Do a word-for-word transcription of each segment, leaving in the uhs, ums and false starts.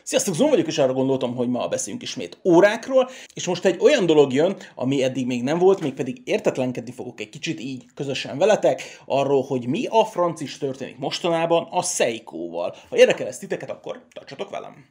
Sziasztok, Zon vagyok, és arra gondoltam, hogy ma beszéljünk ismét órákról, és most egy olyan dolog jön, ami eddig még nem volt, még pedig értetlenkedni fogok egy kicsit így közösen veletek, arról, hogy mi a francis történik mostanában a Seikóval. Ha érdekel ez titeket, akkor tartsatok velem!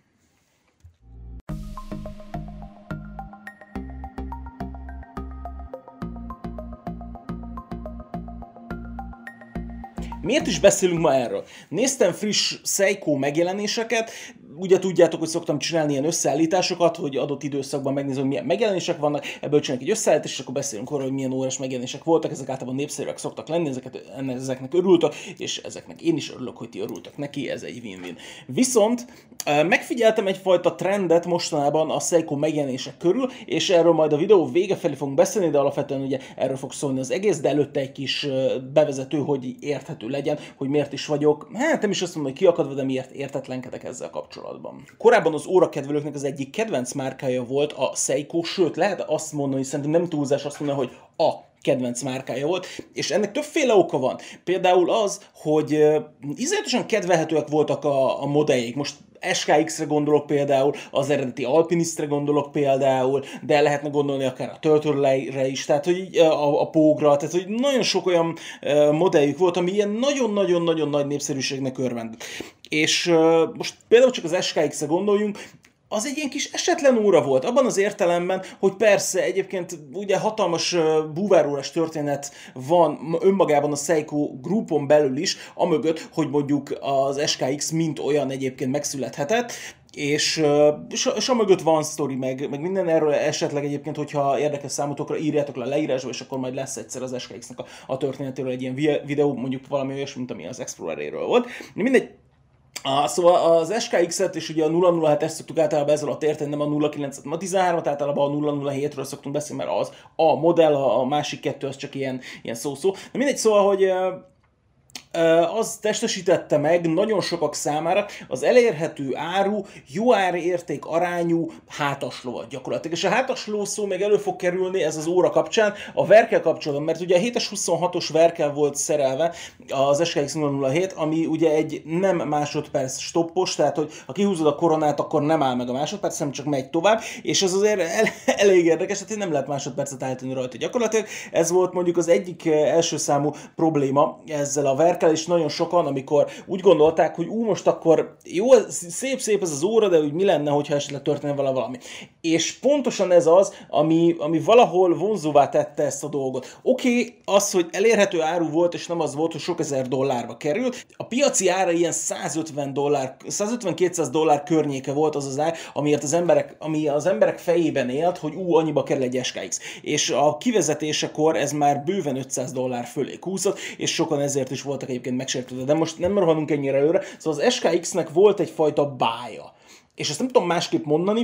Miért is beszélünk ma erről? Néztem friss Seikó megjelenéseket, ugye tudjátok, hogy szoktam csinálni ilyen összeállításokat, hogy adott időszakban megnézem, hogy milyen megjelenések vannak, ebből csinálok egy összeállítást, és akkor beszélünk arról, hogy milyen órás megjelenések voltak, ezek általában népszerűek szoktak lenni, ezeket, ezeknek örültök, és ezeknek én is örülök, hogy ti örültök neki, ez egy win-win. Viszont megfigyeltem egyfajta trendet mostanában a Seikó megjelenések körül, és erről majd a videó vége felé fogunk beszélni, de alapvetően ugye erről fog szólni az egész, de előtte egy kis bevezető, hogy érthető legyen, hogy miért is vagyok, hát nem is azt mondom, hogy kiakadva, de miért értetlenkedek ezzel kapcsolatban. Korábban az órakedvelőknek az egyik kedvenc márkája volt a Seikó, sőt lehet azt mondani, szerintem nem túlzás azt mondani, hogy a kedvenc márkája volt, és ennek többféle oka van. Például az, hogy uh, iszonyatosan kedvelhetőek voltak a, a modelljeik. Most es ká iksz-re gondolok például, az eredeti Alpinistre gondolok például, de lehetne gondolni akár a Turtle-re is, tehát hogy a, a Pogue-ra, tehát hogy nagyon sok olyan uh, modelljük volt, ami ilyen nagyon-nagyon-nagyon nagy népszerűségnek örvendett. És uh, most például csak az es ká iksz-re gondoljunk, az egy ilyen kis esetlen óra volt, abban az értelemben, hogy persze egyébként ugye hatalmas búvárórás történet van önmagában a Seikó Groupon belül is, amögött, hogy mondjuk az es ká iksz mint olyan egyébként megszülethetett, és, és, és amögött van sztori, meg, meg minden erről esetleg egyébként, hogyha érdekes számotokra, írjátok le a leírásba, és akkor majd lesz egyszer az es ká iksz-nek a, a történetéről egy ilyen videó, mondjuk valami olyasmi, mint ami az Explorer-éről volt. Mindegy. Ah, szóval az es ká iksz-et és ugye a nulla nulla hetes szoktuk általában ezzel alatt érteni, nem a nulla kilencet, nem a tizenhármat, általában a nulla nulla hétről szoktunk beszélni, mert az a modell, a másik kettő az csak ilyen, ilyen szó-szó. De mindegy, szóval, hogy az testesítette meg nagyon sokak számára az elérhető áru, jó árérték arányú hátaslóvat gyakorlatilag. És a hátasló szó még elő fog kerülni ez az óra kapcsán a verkel kapcsolatban, mert ugye a hétes huszonhatos verkel volt szerelve az es ká iksz nulla nulla hét, ami ugye egy nem másodperc stoppos, tehát hogy ha kihúzod a koronát, akkor nem áll meg a másodperc, hanem csak megy tovább, és ez azért el, elég érdekes, tehát nem lehet másodpercet állítani rajta gyakorlatilag. Ez volt mondjuk az egyik első számú probléma ezzel a verkel, és nagyon sokan, amikor úgy gondolták, hogy ú, most akkor jó, szép-szép ez az óra, de úgy mi lenne, hogyha esetleg történne vele valami. És pontosan ez az, ami, ami valahol vonzóvá tette ezt a dolgot. Oké, okay, az, hogy elérhető áru volt, és nem az volt, hogy sok ezer dollárba került. A piaci ára ilyen százötven dollár, százötven-kétszáz dollár környéke volt az az ár, amiért az emberek, ami az emberek fejében élt, hogy ú, annyiba kerül egy es ká iksz. És a kivezetésekor ez már bőven ötszáz dollár fölé kúszott, és sokan ezért is voltak egyébként megsértődve, de most nem rohanunk ennyire előre. Szóval az es ká iksz-nek volt egyfajta bája. És ezt nem tudom másképp mondani,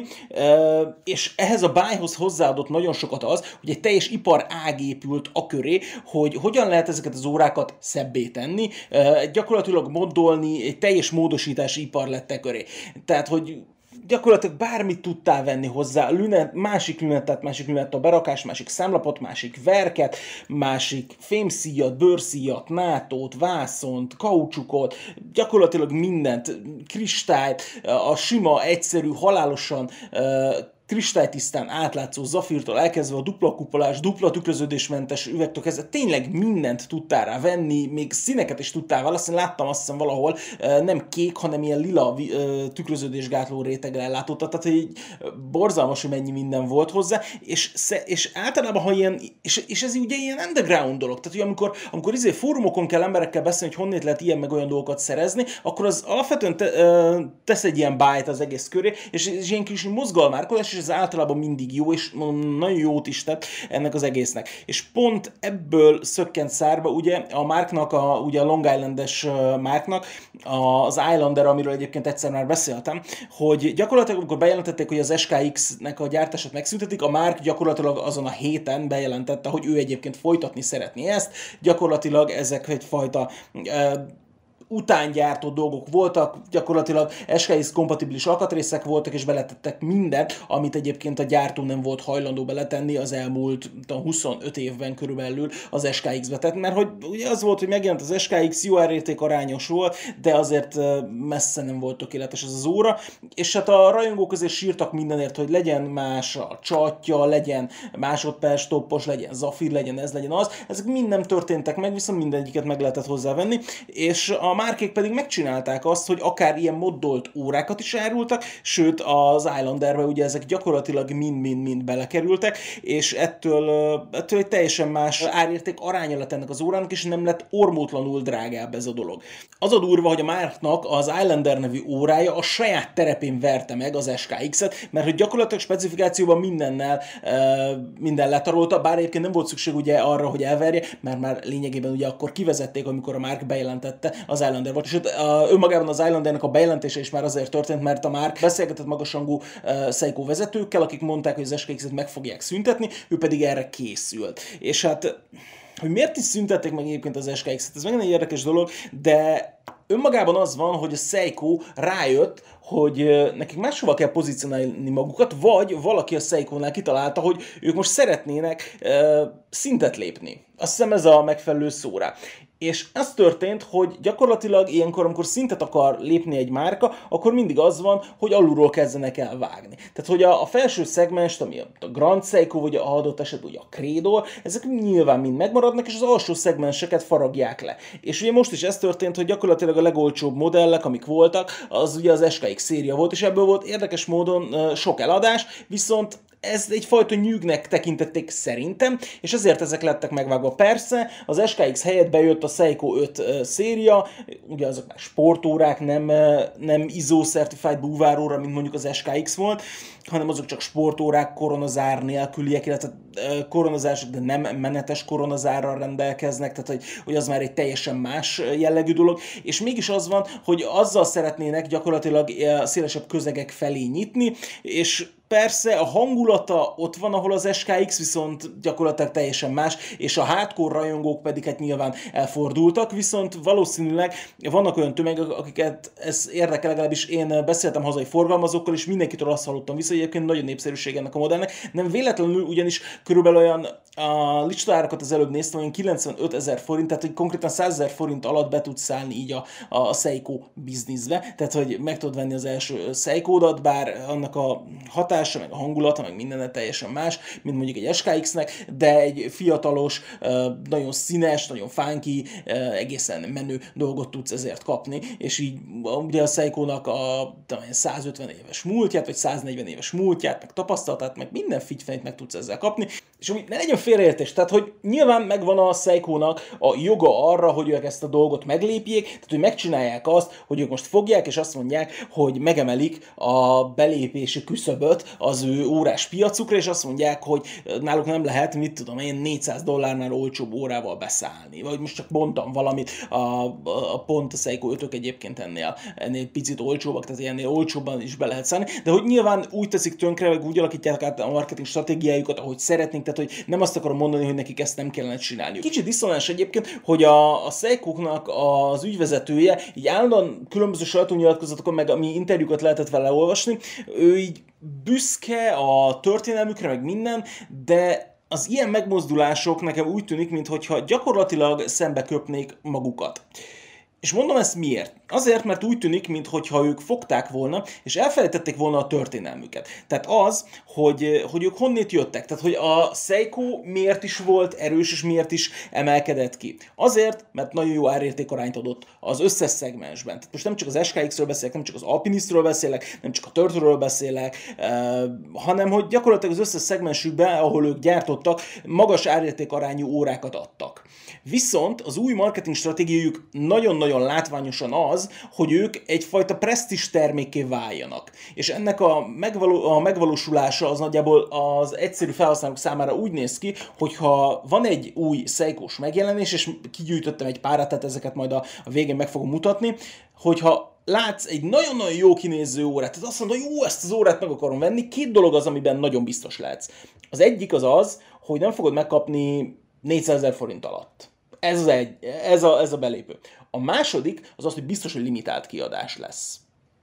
és ehhez a bájhoz hozzáadott nagyon sokat az, hogy egy teljes ipar ág épült a köré, hogy hogyan lehet ezeket az órákat szebbé tenni, gyakorlatilag moddolni, egy teljes módosítási ipar lett e köré. Tehát, hogy gyakorlatilag bármit tudtál venni hozzá, lünet, másik lünettet, másik lünettel berakás, másik számlapot, másik verket, másik fémszíjat, bőrszíjat, nátót, vászont, kaucsukot, gyakorlatilag mindent, kristályt, a sima, egyszerű, halálosan kristálytisztán átlátszó zafírtól elkezdve a dupla kupolás, dupla tükröződésmentes üvegtől kezdve tényleg mindent tudtál rá venni, még színeket is tudtál választani. Láttam azt hiszem valahol nem kék, hanem ilyen lila tükröződésgátló réteggel ellátott, tehát egy borzalmas, hogy mennyi minden volt hozzá, és, és általában, ha ilyen, és, és ez ugye ilyen underground dolog, tehát hogy amikor, amikor izé fórumokon kell emberekkel beszélni, hogy honnét lehet ilyen meg olyan dolgokat szerezni, akkor az alapvetően te, tesz egy ilyen bájt az egész köré, és, és ilyen kis mozgalmárkodás, és ez általában mindig jó, és nagyon jót is tett ennek az egésznek. És pont ebből szökkent szárba ugye a Marknak, a, ugye a Long Island-es Marknak, az Islander, amiről egyébként egyszer már beszéltem, hogy gyakorlatilag amikor bejelentették, hogy az es ká iksz-nek a gyártását megszüntetik, a Mark gyakorlatilag azon a héten bejelentette, hogy ő egyébként folytatni szeretné ezt, gyakorlatilag ezek egyfajta után gyártott dolgok voltak, gyakorlatilag es ká iksz kompatibilis alkatrészek voltak, és beletettek mindent, amit egyébként a gyártó nem volt hajlandó beletenni az elmúlt huszonöt évben körülbelül az es ká iksz-be. Tehát, mert hogy ugye az volt, hogy megjelent az es ká iksz, jó árérték arányos volt, de azért messze nem volt tökéletes ez az óra, és hát a rajongók azért sírtak mindenért, hogy legyen más a csatja, legyen másodperc toppos, legyen zafír, legyen ez, legyen az. Ezek mind nem történtek meg, viszont mindegyiket meg lehetett hozzávenni, és a márkék pedig megcsinálták azt, hogy akár ilyen moddolt órákat is árultak, sőt az Islanderbe ugye ezek gyakorlatilag mind-mind-mind belekerültek, és ettől, ettől egy teljesen más árérték aránya lett ennek az órának, és nem lett ormótlanul drágább ez a dolog. Az a durva, hogy a Márknak az Islander nevű órája a saját terepén verte meg az es ká iksz-et, mert hogy gyakorlatilag specifikációban mindennel minden letarolta, bár egyébként nem volt szükség ugye arra, hogy elverje, mert már lényegében ugye akkor kivezették, amikor a Mark bejelentette az Islander volt. És önmagában az Islandernek a bejelentése is már azért történt, mert a Mark beszélgetett magasrangú uh, Seiko vezetőkkel, akik mondták, hogy az es ká iksz-et meg fogják szüntetni, ő pedig erre készült. És hát, hogy miért is szüntették meg egyébként az es ká iksz-et, ez megint egy érdekes dolog, de önmagában az van, hogy a Seiko rájött, hogy nekik máshova kell pozícionálni magukat, vagy valaki a Seikónál kitalálta, hogy ők most szeretnének uh, szintet lépni. Azt hiszem ez a megfelelő szó rá. És az történt, hogy gyakorlatilag ilyenkor, amikor szintet akar lépni egy márka, akkor mindig az van, hogy alulról kezdenek el vágni. Tehát, hogy a, a felső szegmest, ami a Grand Seiko, vagy a adott esetben ugye a Credo, ezek nyilván mind megmaradnak, és az alsó szegmenseket faragják le. És ugye most is ez történt, hogy gyakorlatilag a legolcsóbb modellek, amik voltak, az ugye az es ká iksz széria volt, és ebből volt érdekes módon uh, sok eladás, viszont ez egyfajta nyűgnek tekintették szerintem, és ezért ezek lettek megvágva. Persze, az es ká iksz helyett bejött a Seiko öt uh, széria, ugye azok már sportórák, nem, uh, nem i es o Certified búváróra, mint mondjuk az es ká iksz volt, hanem azok csak sportórák, koronazár nélküliek, illetve uh, koronazások, de nem menetes koronazárral rendelkeznek, tehát hogy, hogy az már egy teljesen más jellegű dolog, és mégis az van, hogy azzal szeretnének gyakorlatilag uh, szélesebb közegek felé nyitni, és persze a hangulata ott van, ahol az es ká iksz, viszont gyakorlatilag teljesen más, és a hardcore rajongók pedig hát nyilván elfordultak, viszont valószínűleg vannak olyan tömegek, akiket ez érdekel, legalábbis én beszéltem hazai forgalmazókkal, és mindenkitől azt hallottam vissza, hogy egyébként nagyon népszerűség ennek a modellnek. Nem véletlenül, ugyanis körülbelül olyan a listaárakat az előbb néztem, olyan kilencvenöt ezer forint, tehát hogy konkrétan száz ezer forint alatt be tudsz szállni így a, a Seiko bizniszbe, tehát hogy meg tudod venni az első Seikódat, bár annak a hatása, meg a hangulata, meg minden teljesen más, mint mondjuk egy es ká iksz-nek, de egy fiatalos, nagyon színes, nagyon funky, egészen menő dolgot tudsz ezért kapni, és így ugye a Seikónak a talán százötven éves múltját, vagy száznegyven éves múltját, meg tapasztalatát, meg minden figyfenyt meg tudsz ezzel kapni, és úgy ne legyen félreértés, tehát hogy nyilván megvan a Seikónak a joga arra, hogy ők ezt a dolgot meglépjék, tehát hogy megcsinálják azt, hogy ők most fogják, és azt mondják, hogy megemelik a belépési küszöböt az ő órás piacukra, és azt mondják, hogy náluk nem lehet, mit tudom én, négyszáz dollárnál olcsóbb órával beszállni. Vagy most csak mondtam valamit, a, a, a pont a Seiko ötök egyébként ennél, ennél picit olcsóbbak, tehát ennél olcsóbban is be lehet szállni, de hogy nyilván úgy teszik tönkre, vagy úgy alakítják át a marketing stratégiájukat, ahogy szeretnénk, tehát hogy nem azt akarom mondani, hogy nekik ezt nem kellene csinálni. Kicsit diszonás egyébként, hogy a, a Seikóknak az ügyvezetője így állandóan különböző sajtónyilatkozatokon, meg ami interjúkat lehetett vele olvasni, ő így büszke a történelmükre, meg minden, de az ilyen megmozdulások nekem úgy tűnik, mintha gyakorlatilag szembe köpnék magukat. És mondom ezt miért? Azért, mert úgy tűnik, mintha ők fogták volna, és elfelejtették volna a történelmüket. Tehát az, hogy, hogy ők honnét jöttek. Tehát, hogy a Seiko miért is volt erős, és miért is emelkedett ki. Azért, mert nagyon jó árértékarányt adott az összes szegmensben. Tehát most nem csak az es ká iksz-ről beszélek, nem csak az Alpinistról beszélek, nem csak a Turtle-ről beszélek, eh, hanem hogy gyakorlatilag az összes szegmensükben, ahol ők gyártottak, magas árértékarányú órákat adtak. Viszont az új marketing stratégiájuk nagyon-nagyon látványosan az, hogy ők egyfajta presztízs termékké váljanak. És ennek a, megvaló, a megvalósulása az nagyjából az egyszerű felhasználók számára úgy néz ki, hogyha van egy új Seikós megjelenés, és kigyűjtöttem egy párat, tehát ezeket majd a, a végén meg fogom mutatni, hogyha látsz egy nagyon-nagyon jó kinéző órát, tehát azt mondod, hogy jó, ezt az órát meg akarom venni, két dolog az, amiben nagyon biztos lehetsz. Az egyik az az, hogy nem fogod megkapni négyszázezer forint alatt. Ez az egy, ez a, ez a belépő. A második az az, hogy biztos, hogy limitált kiadás lesz.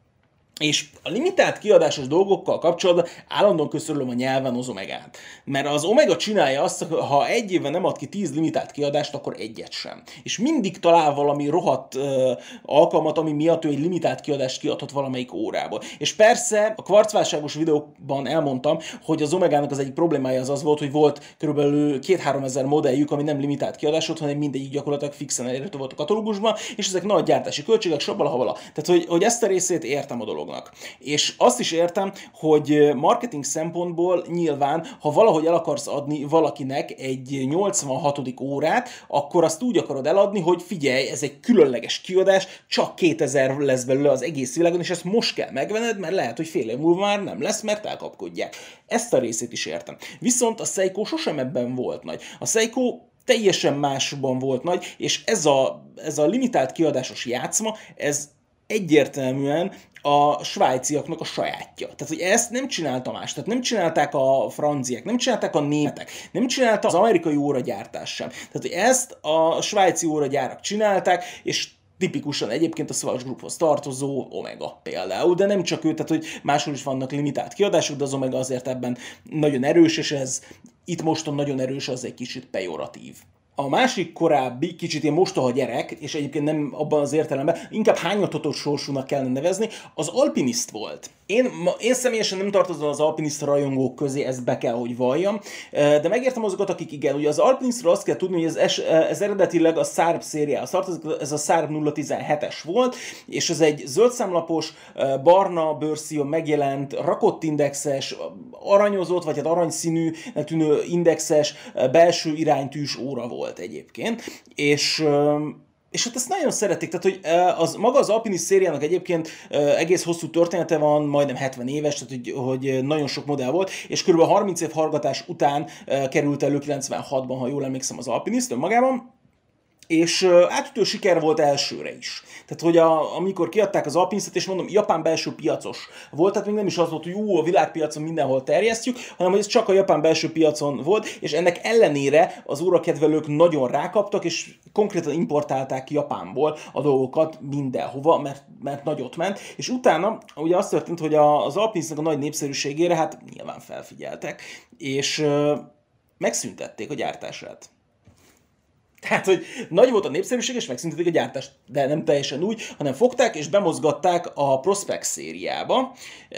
És a limitált kiadásos dolgokkal kapcsolatban állandóan köszörülöm a nyelven az Omegát. Mert az Omega csinálja azt, hogy ha egy évben nem ad ki tíz limitált kiadást, akkor egyet sem. És mindig talál valami rohadt uh, alkalmat, ami miatt ő egy limitált kiadást kiadhat valamelyik órából. És persze a kvarcválságos videóban elmondtam, hogy az Omegának az egyik problémája az az volt, hogy volt körülbelül két-három ezer modelljük, ami nem limitált kiadásod, hanem mindegyik gyakorlatilag fixen elérhető volt a katalógusban, és ezek nagy gyártási költségek, sabala-habala. Tehát, hogy, hogy ezt a részét értem a dolognak. És azt is értem, hogy marketing szempontból nyilván, ha valahogy el akarsz adni valakinek egy nyolcvanhatodik órát, akkor azt úgy akarod eladni, hogy figyelj, ez egy különleges kiadás, csak kétezer lesz belőle az egész világon, és ezt most kell megvenned, mert lehet, hogy fél év múlva már nem lesz, mert elkapkodják. Ezt a részét is értem. Viszont a Seiko sosem ebben volt nagy. A Seiko teljesen másban volt nagy, és ez a, ez a limitált kiadásos játszma, ez egyértelműen a svájciaknak a sajátja. Tehát, hogy ezt nem csinálta más. Tehát nem csinálták a franciák, nem csinálták a németek, nem csinálta az amerikai óragyártás sem. Tehát, hogy ezt a svájci óragyárak csinálták, és tipikusan egyébként a Swatch Grouphoz tartozó Omega például, de nem csak ő, tehát hogy máshol is vannak limitált kiadások, de az Omega azért ebben nagyon erős, és ez itt mostan nagyon erős, az egy kicsit pejoratív. A másik korábbi, kicsit ilyen mostoha gyerek, és egyébként nem abban az értelemben, inkább hányatatos sorsúnak kellene nevezni, az Alpinist volt. Én, én személyesen nem tartozom az Alpinist rajongók közé, ezt be kell, hogy valljam, de megértem azokat, akik igen. Ugye az Alpinistról azt kell tudni, hogy ez, ez, ez eredetileg a Sarp szériához tartozik, ez a Sarp nulla tizenhetes volt, és ez egy zöldszámlapos, barna bőrszíjon megjelent, rakott indexes, aranyozott, vagy hát aranyszínűnek tűnő indexes, belső iránytűs óra volt egyébként, és... És hát ezt nagyon szeretik, tehát hogy az, maga az Alpinist szériának egyébként egész hosszú története van, majdnem hetven éves, tehát hogy, hogy nagyon sok modell volt, és kb. harminc év hallgatás után került elő kilencvenhatban, ha jól emlékszem, az Alpinist önmagában, és átütő siker volt elsőre is. Tehát, hogy a, amikor kiadták az Alpinistet, és mondom, japán belső piacos volt, tehát még nem is az volt, hogy jó, a világpiacon mindenhol terjesztjük, hanem hogy ez csak a japán belső piacon volt, és ennek ellenére az órakedvelők nagyon rákaptak, és konkrétan importálták Japánból a dolgokat mindenhova, mert, mert nagyot ment, és utána ugye az történt, hogy az Alpinistnek a nagy népszerűségére hát nyilván felfigyeltek, és uh, megszüntették a gyártását. Tehát, hogy nagy volt a népszerűség, és megszüntették a gyártást, de nem teljesen úgy, hanem fogták és bemozgatták a Prospex szériába,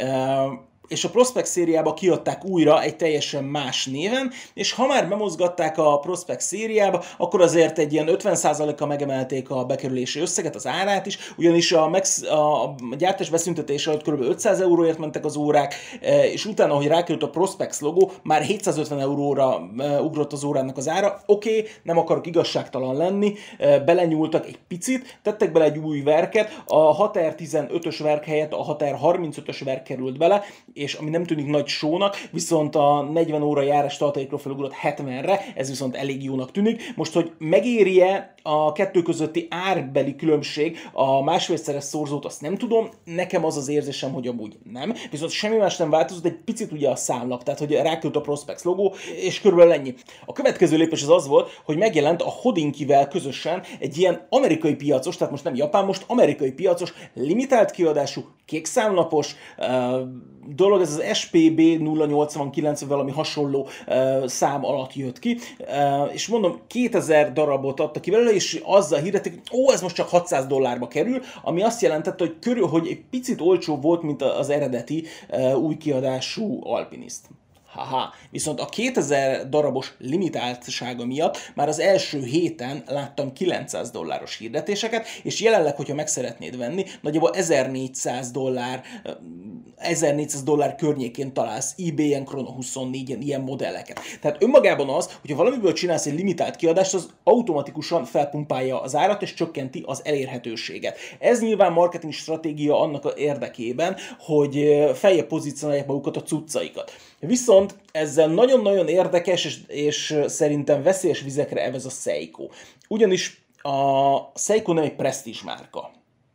és a Prospex szériába kiadták újra egy teljesen más néven, és ha már bemozgatták a Prospex szériába, akkor azért egy ilyen ötven százalékkal megemelték a bekerülési összeget, az árát is, ugyanis a, megsz, a gyártás beszüntetése alatt kb. ötszáz euróért mentek az órák, és utána, ahogy rákerült a Prospex logó, már hétszázötven euróra ugrott az órának az ára. Oké, okay, nem akarok igazságtalan lenni, belenyúltak egy picit, tettek bele egy új verket, a hat er tizenötös verk helyett a hat er harmincötös verk került bele, és ami nem tűnik nagy sónak, viszont a negyven óra járás tartalékról felugrott hetvenre, ez viszont elég jónak tűnik. Most, hogy megéri-e a kettő közötti árbeli különbség a másfélszeres szorzót, azt nem tudom, nekem az az érzésem, hogy amúgy nem, viszont semmi más nem változott, egy picit ugye a számlap, tehát hogy rákerült a Prospex logó, és körülbelül ennyi. A következő lépés az az volt, hogy megjelent a Hodinkey-vel közösen egy ilyen amerikai piacos, tehát most nem japán, most amerikai piacos, limitált kiadású, kék számlapos uh, dolog, ez az es pé bé nulla nyolcvankilenc, vagy valami hasonló uh, szám alatt jött ki, uh, és mondom, kétezer darabot adta ki belőle, és azzal hirdették, hogy ó, ez most csak hatszáz dollárba kerül, ami azt jelentette, hogy körül, hogy egy picit olcsóbb volt, mint az eredeti uh, új kiadású Alpinist. Haha, viszont a kétezer darabos limitáltsága miatt már az első héten láttam kilencszáz dolláros hirdetéseket, és jelenleg, hogyha meg szeretnéd venni, nagyjából ezernégyszáz dollár, ezernégyszáz dollár környékén találsz eBay-en, Chrono huszonnégyen ilyen modelleket. Tehát önmagában az, hogyha valamiből csinálsz egy limitált kiadást, az automatikusan felpumpálja az árat, és csökkenti az elérhetőséget. Ez nyilván marketing stratégia annak érdekében, hogy feljebb pozícionálják magukat a cuccaikat. Viszont ezzel nagyon-nagyon érdekes és, és szerintem veszélyes vizekre evez a Seiko. Ugyanis a Seiko nem egy presztízs márka.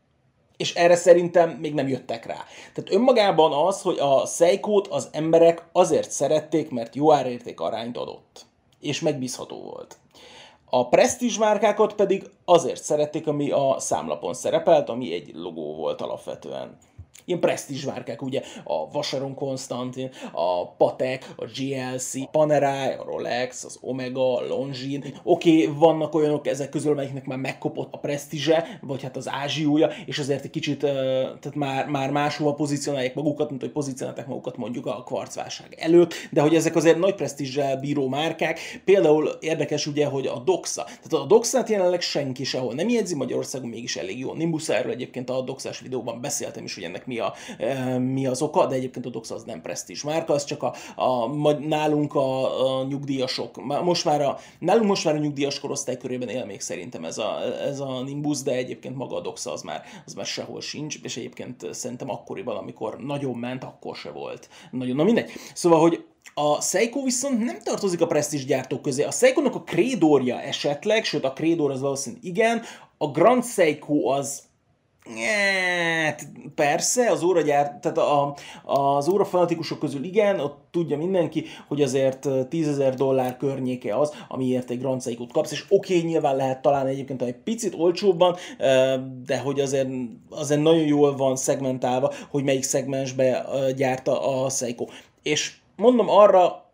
És erre szerintem még nem jöttek rá. Tehát önmagában az, hogy a Seikót az emberek azért szerették, mert jó árérték arányt adott. És megbízható volt. A presztízs márkákat pedig azért szerették, ami a számlapon szerepelt, ami egy logó volt alapvetően. Ilyen presztízs márkák, ugye a Vacheron Constantin, a Patek, a gé el cé, a Panerai, a Rolex, az Omega, a Longines. Oké, okay, vannak olyanok ezek közül, amelyiknek már megkopott a presztízse, vagy hát az ázsiója, és azért egy kicsit uh, tehát már, már máshova pozícionálják magukat, mint hogy pozícionálták magukat mondjuk a kvarcválság előtt, de hogy ezek azért nagy presztízsel bíró márkák. Például érdekes ugye, hogy a Doxa. Tehát a Doxát jelenleg senki sehol nem jegyzi, Magyarországon mégis elég jó. Nimbus, erről egyébként a Doxás videóban beszéltem is, hogy ennek mi A, e, mi az oka, de egyébként a Doxa az nem presztízs márka, az csak a, a, nálunk a, a nyugdíjasok, most már a, nálunk most már a nyugdíjas korosztály körében él még szerintem ez a, ez a Nimbus, de egyébként maga a Doxa az már, az már sehol sincs, és egyébként szerintem akkoriban, amikor nagyon ment, akkor se volt. Nagyon, na mindegy. Szóval, hogy a Seiko viszont nem tartozik a presztízs gyártók közé. A Seiko-nak a Credorja esetleg, sőt a Credor az valószínűleg igen, a Grand Seiko az hát, persze, az óragyár, tehát a, az órafanatikusok közül igen, ott tudja mindenki, hogy azért tízezer dollár környéke az, amiért egy Grand Seiko-t kapsz, és oké, okay, nyilván lehet találni egyébként egy picit olcsóbban, de hogy azért, azért nagyon jól van szegmentálva, hogy melyik szegmensbe gyárta a Seiko. És mondom arra,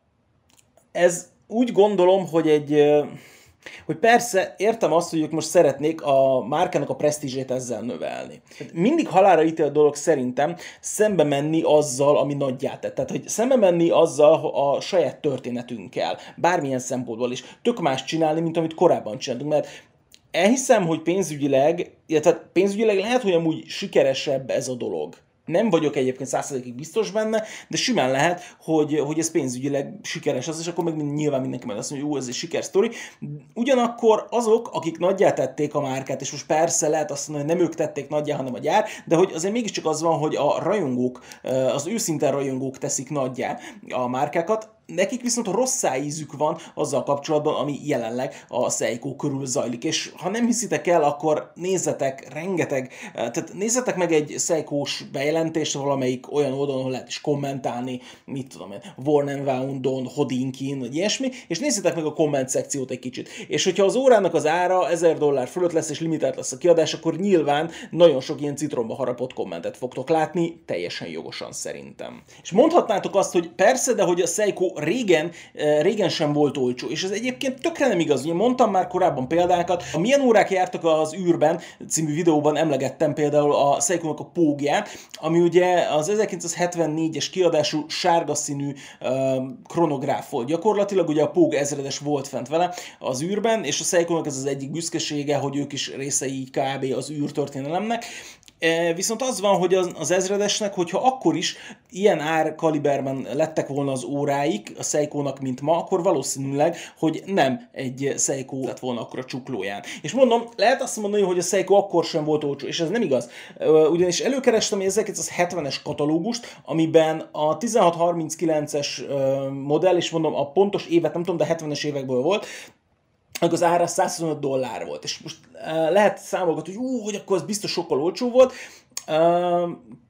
ez úgy gondolom, hogy egy... hogy persze értem azt, hogy ők most szeretnék a márkának a presztízsét ezzel növelni. Mindig halálra ítélt dolog szerintem szembe menni azzal, ami nagyját tett. Tehát, hogy szembe menni azzal a saját történetünkkel, bármilyen szempontból is. Tök más csinálni, mint amit korábban csináltunk, mert elhiszem, hogy pénzügyileg, illetve pénzügyileg lehet, hogy amúgy sikeresebb ez a dolog. Nem vagyok egyébként száz százalékig biztos benne, de simán lehet, hogy, hogy ez pénzügyileg sikeres az, és akkor meg nyilván mindenki meg azt mondja, hogy jó, ez egy sikersztori. Ugyanakkor azok, akik nagyjá tették a márkát, és most persze lehet azt mondani, hogy nem ők tették nagyjá, hanem a gyár, de hogy azért mégiscsak az van, hogy a rajongók, az őszinte rajongók teszik nagyjá a márkákat, nekik viszont rossz ízük van azzal kapcsolatban, ami jelenleg a Seiko körül zajlik. És ha nem hiszitek el, akkor nézzetek rengeteg, tehát nézzetek meg egy Seikós bejelentést valamelyik olyan oldalon, ahol lehet is kommentálni, mit tudom én, Worn Woundon, Hodinkin, vagy ilyesmi, és nézzetek meg a komment szekciót egy kicsit. És hogyha az órának az ára ezer dollár fölött lesz, és limitált lesz a kiadás, akkor nyilván nagyon sok ilyen citromba harapott kommentet fogtok látni, teljesen jogosan szerintem. És mondhatnátok azt, hogy persze, de hogy a Seiko régen, régen sem volt olcsó, és ez egyébként tökre nem igaz. Ugye mondtam már korábban példákat, a Milyen órák jártak az űrben című videóban emlegettem például a Seiko-nak a Pógját, ami ugye az ezerkilencszázhetvennégyes kiadású sárga színű uh, kronográf volt. Gyakorlatilag ugye a Póg ezredes volt fent vele az űrben, és a Seiko-nak ez az egyik büszkesége, hogy ők is részei így kb. Az űrtörténelemnek. Viszont az van, hogy az, az ezredesnek, hogyha akkor is ilyen árkaliberben lettek volna az óráik a Seiko-nak, mint ma, akkor valószínűleg, hogy nem egy Seiko lett volna akkor a csuklóján. És mondom, lehet azt mondani, hogy a Seiko akkor sem volt olcsó, és ez nem igaz. Ugyanis előkerestem egy ezerkilencszázhetvenes katalógust, amiben a tizenhat harminckilences modell, és mondom, a pontos évet nem tudom, de hetvenes évekből volt, az ára százhuszonöt dollár volt, és most uh, lehet számolgatni, hogy ú, hogy akkor az biztos sokkal olcsó volt. Uh,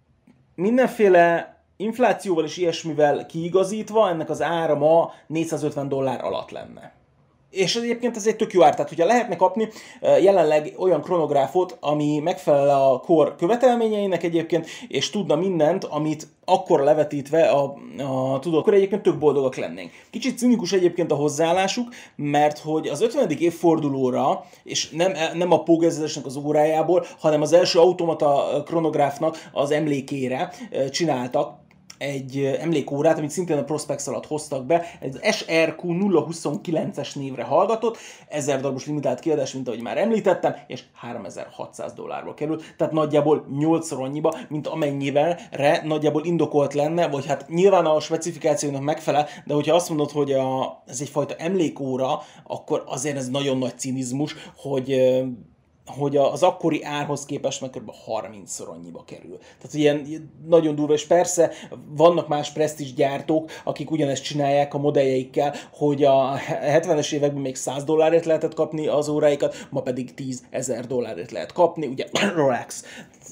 mindenféle inflációval és ilyesmivel kiigazítva ennek az ára ma négyszázötven dollár alatt lenne. És egyébként ez egy tök jó ár, tehát hogyha lehetne kapni jelenleg olyan kronográfot, ami megfelel a kor követelményeinek egyébként, és tudna mindent, amit akkor levetítve a, a tudod, akkor egyébként tök boldogak lennénk. Kicsit cinikus egyébként a hozzáállásuk, mert hogy az ötvenedik évfordulóra, és nem, nem a Póg ezredesnek az órájából, hanem az első automata kronográfnak az emlékére csináltak egy emlékórát, amit szintén a Prospex alatt hoztak be, egy es er kú nulla huszonkilences névre hallgatott, ezer darabos limitált kiadás, mint ahogy már említettem, és háromezer-hatszáz dollárba került, tehát nagyjából nyolcszor annyiba, mint amennyivel nagyjából indokolt lenne, vagy hát nyilván a specifikációnak megfelel, de hogyha azt mondod, hogy a, ez egyfajta emlékóra, akkor azért ez nagyon nagy cinizmus, hogy hogy az akkori árhoz képest meg kb. harmincszor annyiba kerül. Tehát ilyen nagyon durva, és persze vannak más presztízs gyártók, akik ugyanezt csinálják a modelljeikkel, hogy a hetvenes években még száz dollárért lehetett kapni az óráikat, ma pedig tízezer dollárért lehet kapni, ugye Rolex.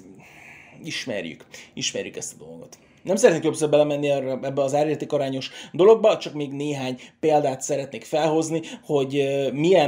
Ismerjük, ismerjük ezt a dolgot. Nem szeretnék többször belemenni ebbe az árértékarányos dologba, csak még néhány példát szeretnék felhozni, hogy milyen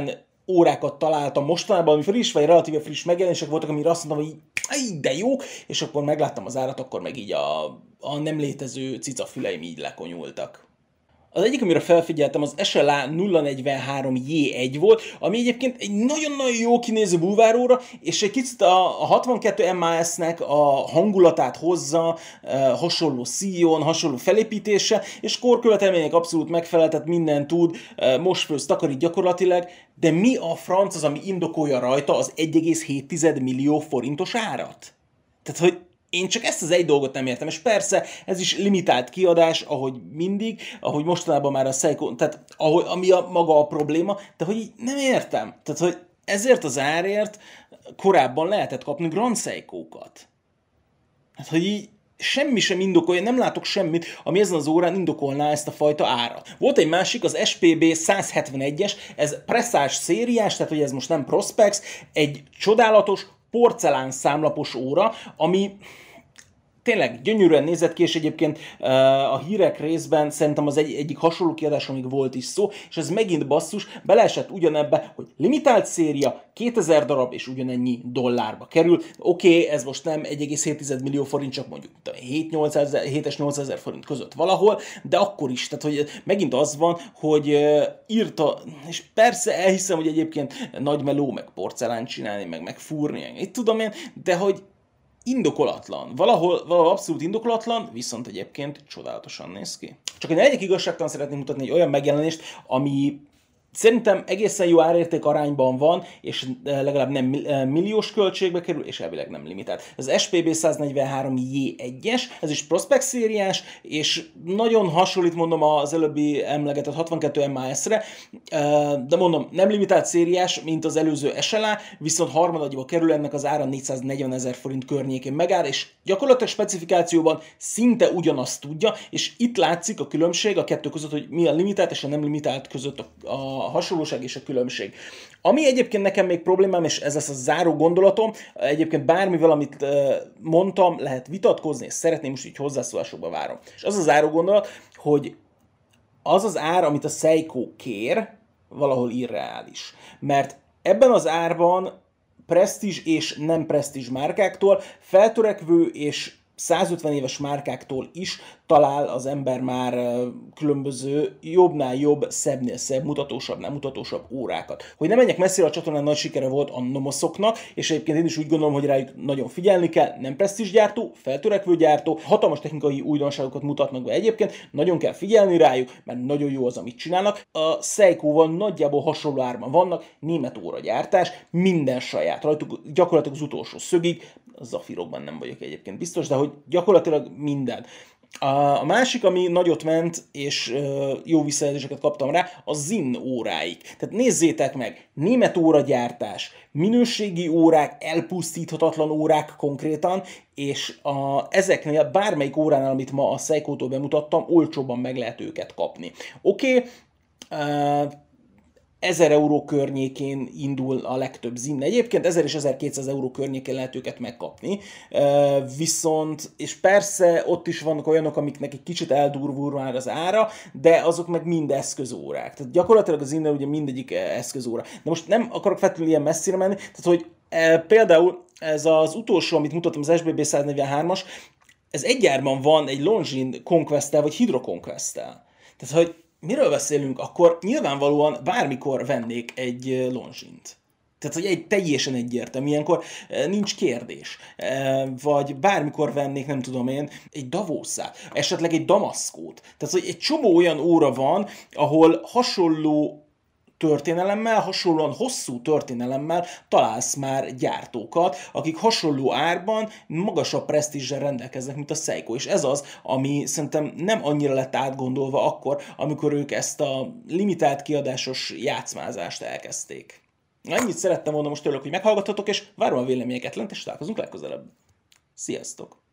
órákat találtam mostanában, ami friss vagy relatíve friss megjelenések voltak, amire azt mondtam, hogy így, de jó, és akkor megláttam az árat, akkor meg így a, a nem létező cicafüleim így lekonyultak. Az egyik, amire felfigyeltem, az es el á nulla negyvenhárom jé egy volt, ami egyébként egy nagyon-nagyon jó kinéző bulváróra, és egy kicsit a hatvankettő em á es-nek a hangulatát hozza, hasonló szíjon, hasonló felépítése, és korkövetelmények abszolút megfeleltet, minden tud, most főz, takarít gyakorlatilag, de mi a franc az, ami indokolja rajta az egy egész hét millió forintos árat? Tehát, hogy én csak ezt az egy dolgot nem értem, és persze ez is limitált kiadás, ahogy mindig, ahogy mostanában már a Seiko, tehát ahogy, ami a, maga a probléma, de hogy így nem értem. Tehát, hogy ezért az árért korábban lehetett kapni Grand Seikókat. Hát, hogy így semmi sem indokolja, nem látok semmit, ami ezen az órán indokolná ezt a fajta árat. Volt egy másik, az es pé bé száz hetvenegyes, ez presszás szériás, tehát hogy ez most nem Prospex, egy csodálatos porcelán számlapos óra, ami tényleg gyönyörűen nézett ki, és egyébként a hírek részben szerintem az egy, egyik hasonló kiadás, amíg volt is szó, és ez megint basszus, beleesett ugyanebbe, hogy limitált széria, kétezer darab, és ugyanennyi dollárba kerül. Oké, okay, ez most nem egy egész hét millió forint, csak mondjuk hét-nyolcezer forint között valahol, de akkor is, tehát hogy megint az van, hogy írta, és persze elhiszem, hogy egyébként nagy meló, meg porcelán csinálni, meg megfúrni, itt tudom én, de hogy indokolatlan. Valahol, valahol abszolút indokolatlan, viszont egyébként csodálatosan néz ki. Csak egy negyedik igazságtalan szeretném mutatni egy olyan megjelenést, ami szerintem egészen jó árérték arányban van, és legalább nem milliós költségbe kerül, és elvileg nem limitált. Az es pé bé száz negyvenhárom jé egyes, ez is Prospex szériás, és nagyon hasonlít, mondom, az előbbi emlegetett hatvankettő em á es-re, de mondom, nem limitált szériás, mint az előző es el á, viszont harmadadjába kerül, ennek az ára négyszáznegyvenezer forint környékén megáll, és gyakorlatilag specifikációban szinte ugyanazt tudja, és itt látszik a különbség a kettő között, hogy mi a limitált és a nem limitált között a, a a hasonlóság és a különbség. Ami egyébként nekem még problémám, és ez lesz a záró gondolatom, egyébként bármivel, amit mondtam, lehet vitatkozni, és szeretném most így hozzászólásokba várom. És az a záró gondolat, hogy az az ár, amit a Seiko kér, valahol irreális. Mert ebben az árban presztízs és nem presztízs márkáktól, feltörekvő és százötven éves márkáktól is talál az ember már különböző jobbnál jobb, szebbnél szebb, mutatósabbnál mutatósabb órákat. Hogy ne menjek messzire, a csatornán nagy sikere volt a Nomoszoknak, és egyébként én is úgy gondolom, hogy rájuk nagyon figyelni kell, nem presztízs gyártó, feltörekvő gyártó, hatalmas technikai újdonságokat mutatnak be egyébként, nagyon kell figyelni rájuk, mert nagyon jó az, amit csinálnak. A Seikóval nagyjából hasonló árban vannak, német óragyártás, minden saját, rajtuk gyakorlatilag az utolsó szögig, a zafirokban nem vagyok egyébként biztos, de hogy gyakorlatilag minden. A másik, ami nagyot ment, és jó visszajelzéseket kaptam rá, a Zinn óráik. Tehát nézzétek meg, német óragyártás, minőségi órák, elpusztíthatatlan órák konkrétan, és a, ezeknél bármelyik óránál, amit ma a Seikótól bemutattam, olcsóbban meg lehet őket kapni. Oké, okay, ezer euró környékén indul a legtöbb Zinn. Egyébként ezer és ezerkétszáz euró környékén lehet őket megkapni. Viszont, és persze ott is vannak olyanok, amiknek egy kicsit eldurvul már az ára, de azok meg mind eszközórák. Tehát gyakorlatilag az Zinnnel ugye mindegyik eszközóra. De most nem akarok feltétlenül ilyen messzire menni, tehát hogy például ez az utolsó, amit mutattam, az es bé bé száz negyvenhármas, ez egy árban van egy Longines Conquest-tel, vagy Hydro Conquest-tel. Tehát, hogy miről beszélünk, akkor nyilvánvalóan bármikor vennék egy Longines-t. Tehát, hogy egy teljesen egyértelmű, ilyenkor nincs kérdés. Vagy bármikor vennék, nem tudom én, egy Davos-szát, esetleg egy Damaszkót. Tehát, hogy egy csomó olyan óra van, ahol hasonló történelemmel, hasonlóan hosszú történelemmel találsz már gyártókat, akik hasonló árban magasabb presztízsel rendelkeznek, mint a Seiko. És ez az, ami szerintem nem annyira lett átgondolva akkor, amikor ők ezt a limitált kiadásos játszmázást elkezdték. Ennyit szerettem volna most tőlük, hogy meghallgattatok, és várom a véleményeket lent, és találkozunk legközelebb. Sziasztok!